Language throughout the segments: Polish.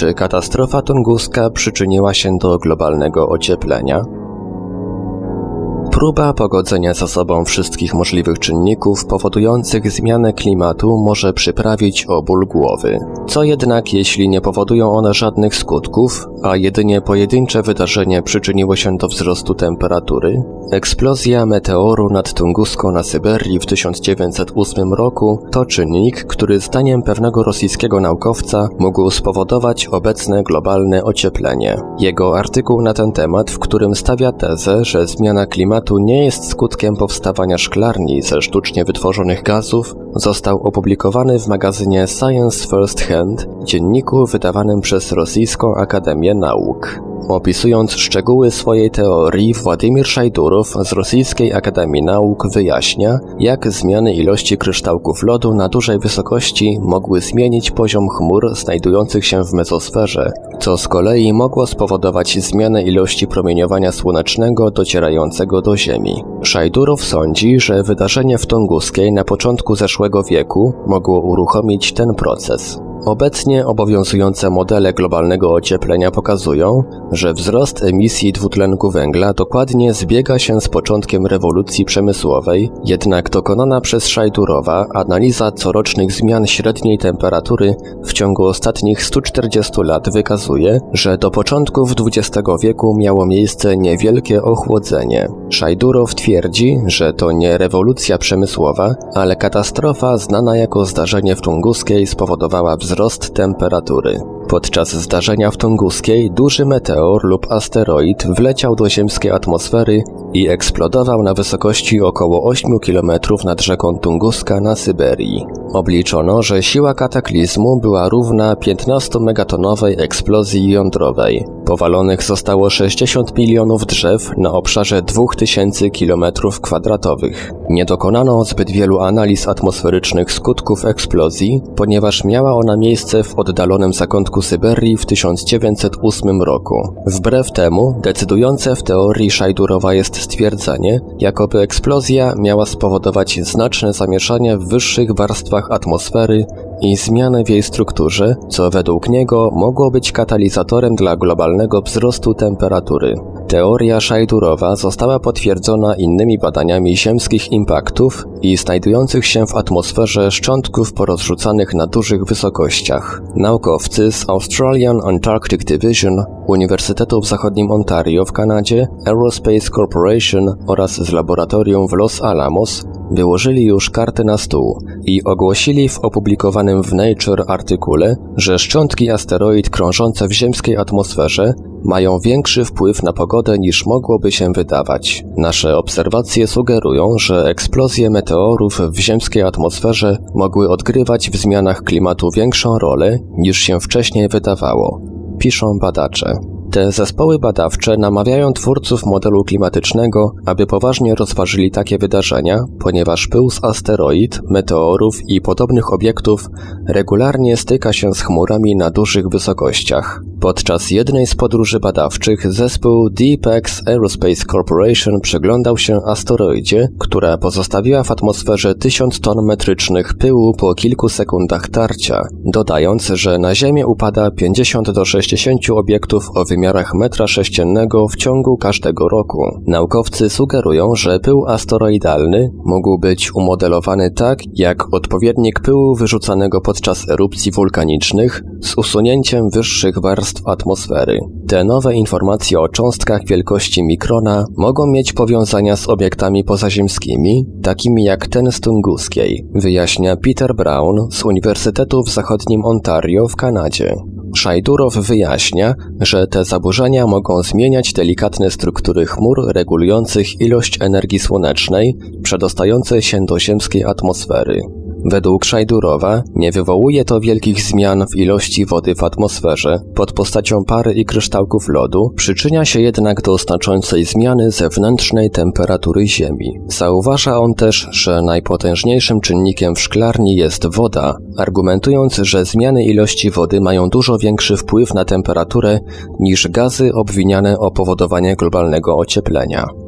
Czy katastrofa tunguska przyczyniła się do globalnego ocieplenia? Próba pogodzenia ze sobą wszystkich możliwych czynników powodujących zmianę klimatu może przyprawić o ból głowy. Co jednak, jeśli nie powodują one żadnych skutków, a jedynie pojedyncze wydarzenie przyczyniło się do wzrostu temperatury? Eksplozja meteoru nad Tunguską na Syberii w 1908 roku to czynnik, który zdaniem pewnego rosyjskiego naukowca mógł spowodować obecne globalne ocieplenie. Jego artykuł na ten temat, w którym stawia tezę, że zmiana klimatu nie jest skutkiem powstawania szklarni ze sztucznie wytworzonych gazów, został opublikowany w magazynie Science First Hand, dzienniku wydawanym przez Rosyjską Akademię Nauk. Opisując szczegóły swojej teorii, Władimir Szajdurow z Rosyjskiej Akademii Nauk wyjaśnia, jak zmiany ilości kryształków lodu na dużej wysokości mogły zmienić poziom chmur znajdujących się w mezosferze, co z kolei mogło spowodować zmianę ilości promieniowania słonecznego docierającego do Ziemi. Szajdurow sądzi, że wydarzenie w Tunguskiej na początku zeszłego wieku mogło uruchomić ten proces. Obecnie obowiązujące modele globalnego ocieplenia pokazują, że wzrost emisji dwutlenku węgla dokładnie zbiega się z początkiem rewolucji przemysłowej, jednak dokonana przez Szajdurowa analiza corocznych zmian średniej temperatury w ciągu ostatnich 140 lat wykazuje, że do początków XX wieku miało miejsce niewielkie ochłodzenie. Szajdurow twierdzi, że to nie rewolucja przemysłowa, ale katastrofa znana jako zdarzenie w Tunguskiej spowodowała wzrost temperatury. Podczas zdarzenia w Tunguskiej duży meteor lub asteroid wleciał do ziemskiej atmosfery i eksplodował na wysokości około 8 km nad rzeką Tunguska na Syberii. Obliczono, że siła kataklizmu była równa 15-megatonowej eksplozji jądrowej. Powalonych zostało 60 milionów drzew na obszarze 2000 km². Nie dokonano zbyt wielu analiz atmosferycznych skutków eksplozji, ponieważ miała ona miejsce w oddalonym zakątku Syberii w 1908 roku. Wbrew temu, decydujące w teorii Szajdurowa jest stwierdzenie, jakoby eksplozja miała spowodować znaczne zamieszanie w wyższych warstwach atmosfery i zmianę w jej strukturze, co według niego mogło być katalizatorem dla globalnego wzrostu temperatury. Teoria Szajdurowa została potwierdzona innymi badaniami ziemskich impaktów i znajdujących się w atmosferze szczątków porozrzucanych na dużych wysokościach. Naukowcy z Australian Antarctic Division, Uniwersytetu w Zachodnim Ontario w Kanadzie, Aerospace Corporation oraz z laboratorium w Los Alamos wyłożyli już karty na stół i ogłosili w opublikowanym w Nature artykule, że szczątki asteroid krążące w ziemskiej atmosferze mają większy wpływ na pogodę niż mogłoby się wydawać. Nasze obserwacje sugerują, że eksplozje meteorów w ziemskiej atmosferze mogły odgrywać w zmianach klimatu większą rolę niż się wcześniej wydawało, piszą badacze. Te zespoły badawcze namawiają twórców modelu klimatycznego, aby poważnie rozważyli takie wydarzenia, ponieważ pył z asteroid, meteorów i podobnych obiektów regularnie styka się z chmurami na dużych wysokościach. Podczas jednej z podróży badawczych zespół Deepex Aerospace Corporation przyglądał się asteroidzie, która pozostawiła w atmosferze 1000 ton metrycznych pyłu po kilku sekundach tarcia, dodając, że na Ziemię upada 50 do 60 obiektów o wymiarach metra sześciennego w ciągu każdego roku. Naukowcy sugerują, że pył asteroidalny mógł być umodelowany tak, jak odpowiednik pyłu wyrzucanego podczas erupcji wulkanicznych z usunięciem wyższych warstw atmosfery. Te nowe informacje o cząstkach wielkości mikrona mogą mieć powiązania z obiektami pozaziemskimi, takimi jak ten z Tunguskiej, wyjaśnia Peter Brown z Uniwersytetu w Zachodnim Ontario w Kanadzie. Szajdurow wyjaśnia, że te zaburzenia mogą zmieniać delikatne struktury chmur regulujących ilość energii słonecznej przedostającej się do ziemskiej atmosfery. Według Szajdurowa nie wywołuje to wielkich zmian w ilości wody w atmosferze pod postacią pary i kryształków lodu, przyczynia się jednak do znaczącej zmiany zewnętrznej temperatury Ziemi. Zauważa on też, że najpotężniejszym czynnikiem w szklarni jest woda, argumentując, że zmiany ilości wody mają dużo większy wpływ na temperaturę niż gazy obwiniane o powodowanie globalnego ocieplenia.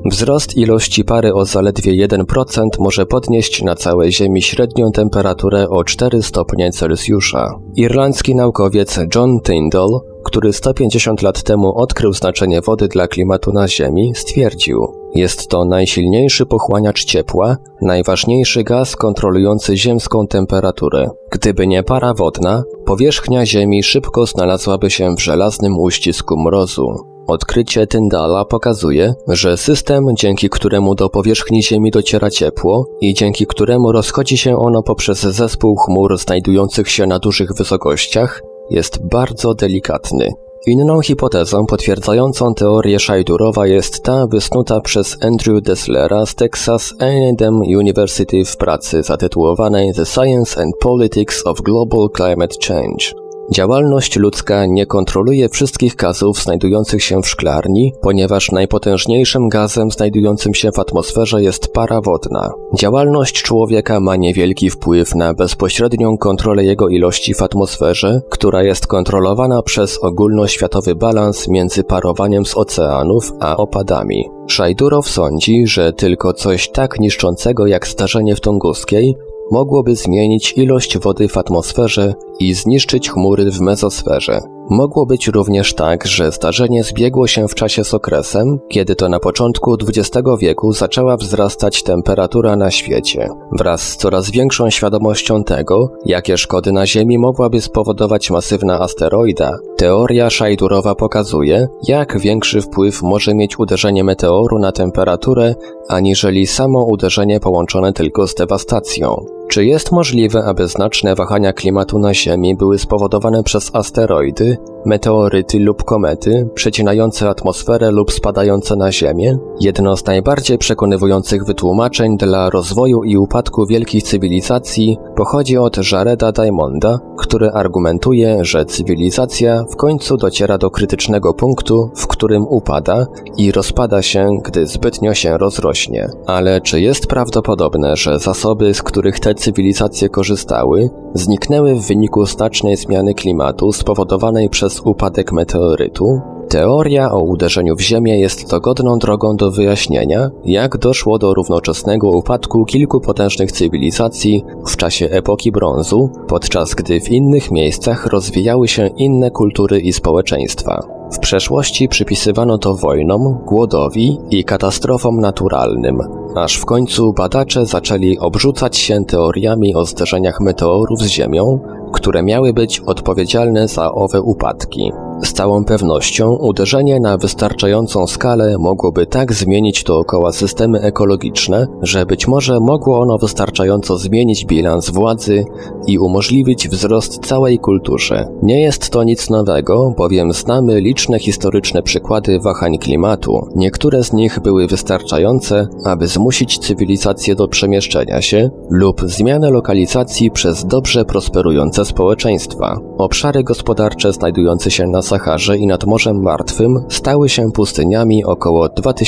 Wzrost ilości pary o zaledwie 1% może podnieść na całej Ziemi średnią temperaturę o 4 stopnie Celsjusza. Irlandzki naukowiec John Tyndall, który 150 lat temu odkrył znaczenie wody dla klimatu na Ziemi, stwierdził: jest to najsilniejszy pochłaniacz ciepła, najważniejszy gaz kontrolujący ziemską temperaturę. Gdyby nie para wodna, powierzchnia Ziemi szybko znalazłaby się w żelaznym uścisku mrozu. Odkrycie Tyndalla pokazuje, że system, dzięki któremu do powierzchni Ziemi dociera ciepło i dzięki któremu rozchodzi się ono poprzez zespół chmur znajdujących się na dużych wysokościach, jest bardzo delikatny. Inną hipotezą potwierdzającą teorię Szajdurowa jest ta wysnuta przez Andrew Desslera z Texas A&M University w pracy zatytułowanej The Science and Politics of Global Climate Change. Działalność ludzka nie kontroluje wszystkich gazów znajdujących się w szklarni, ponieważ najpotężniejszym gazem znajdującym się w atmosferze jest para wodna. Działalność człowieka ma niewielki wpływ na bezpośrednią kontrolę jego ilości w atmosferze, która jest kontrolowana przez ogólnoświatowy balans między parowaniem z oceanów a opadami. Szajdurow sądzi, że tylko coś tak niszczącego jak zdarzenie w Tunguskiej mogłoby zmienić ilość wody w atmosferze i zniszczyć chmury w mezosferze. Mogło być również tak, że zdarzenie zbiegło się w czasie z okresem, kiedy to na początku XX wieku zaczęła wzrastać temperatura na świecie. Wraz z coraz większą świadomością tego, jakie szkody na Ziemi mogłaby spowodować masywna asteroida, teoria Szajdurowa pokazuje, jak większy wpływ może mieć uderzenie meteoru na temperaturę, aniżeli samo uderzenie połączone tylko z dewastacją. Czy jest możliwe, aby znaczne wahania klimatu na Ziemi były spowodowane przez asteroidy, meteoryty lub komety, przecinające atmosferę lub spadające na Ziemię? Jedno z najbardziej przekonywujących wytłumaczeń dla rozwoju i upadku wielkich cywilizacji pochodzi od Jareda Diamonda, który argumentuje, że cywilizacja w końcu dociera do krytycznego punktu, w którym upada i rozpada się, gdy zbytnio się rozrośnie. Ale czy jest prawdopodobne, że zasoby, z których te cywilizacje korzystały, zniknęły w wyniku znacznej zmiany klimatu spowodowanej przez upadek meteorytu? Teoria o uderzeniu w Ziemię jest dogodną drogą do wyjaśnienia, jak doszło do równoczesnego upadku kilku potężnych cywilizacji w czasie epoki brązu, podczas gdy w innych miejscach rozwijały się inne kultury i społeczeństwa. W przeszłości przypisywano to wojnom, głodowi i katastrofom naturalnym, aż w końcu badacze zaczęli obrzucać się teoriami o zderzeniach meteorów z Ziemią, które miały być odpowiedzialne za owe upadki. Z całą pewnością uderzenie na wystarczającą skalę mogłoby tak zmienić dookoła systemy ekologiczne, że być może mogło ono wystarczająco zmienić bilans władzy i umożliwić wzrost całej kulturze. Nie jest to nic nowego, bowiem znamy liczne historyczne przykłady wahań klimatu. Niektóre z nich były wystarczające, aby zmusić cywilizację do przemieszczenia się lub zmianę lokalizacji przez dobrze prosperujące społeczeństwa. Obszary gospodarcze znajdujące się na Saharze i nad Morzem Martwym stały się pustyniami około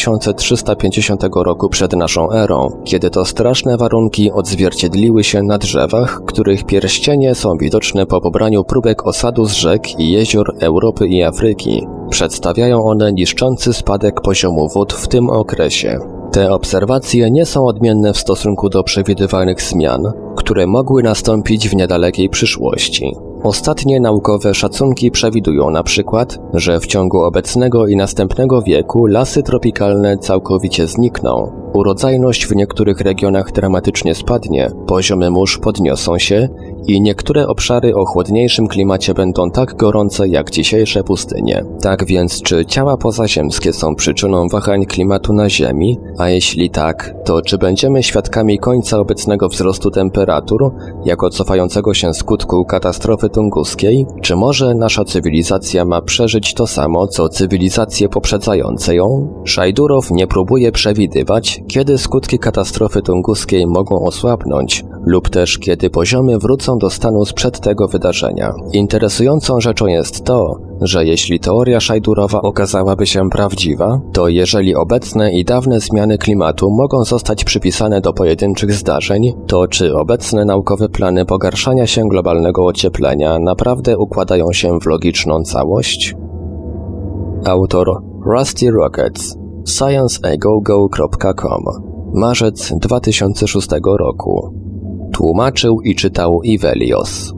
2350 roku przed naszą erą, kiedy to straszne warunki odzwierciedliły się na drzewach, których pierścienie są widoczne po pobraniu próbek osadu z rzek i jezior Europy i Afryki. Przedstawiają one niszczący spadek poziomu wód w tym okresie. Te obserwacje nie są odmienne w stosunku do przewidywanych zmian, które mogły nastąpić w niedalekiej przyszłości. Ostatnie naukowe szacunki przewidują na przykład, że w ciągu obecnego i następnego wieku lasy tropikalne całkowicie znikną, urodzajność w niektórych regionach dramatycznie spadnie, poziomy mórz podniosą się i niektóre obszary o chłodniejszym klimacie będą tak gorące jak dzisiejsze pustynie. Tak więc czy ciała pozaziemskie są przyczyną wahań klimatu na Ziemi? A jeśli tak, to czy będziemy świadkami końca obecnego wzrostu temperatur, jako cofającego się skutku katastrofy tunguskiej? Czy może nasza cywilizacja ma przeżyć to samo, co cywilizacje poprzedzające ją? Szajdurow nie próbuje przewidywać, kiedy skutki katastrofy tunguskiej mogą osłabnąć, lub też kiedy poziomy wrócą do stanu sprzed tego wydarzenia. Interesującą rzeczą jest to, że jeśli teoria Szajdurowa okazałaby się prawdziwa, to jeżeli obecne i dawne zmiany klimatu mogą zostać przypisane do pojedynczych zdarzeń, to czy obecne naukowe plany pogarszania się globalnego ocieplenia naprawdę układają się w logiczną całość? Autor Rusty Rockets. scienceagogo.com. Marzec 2006 roku. Tłumaczył i czytał Ivelios.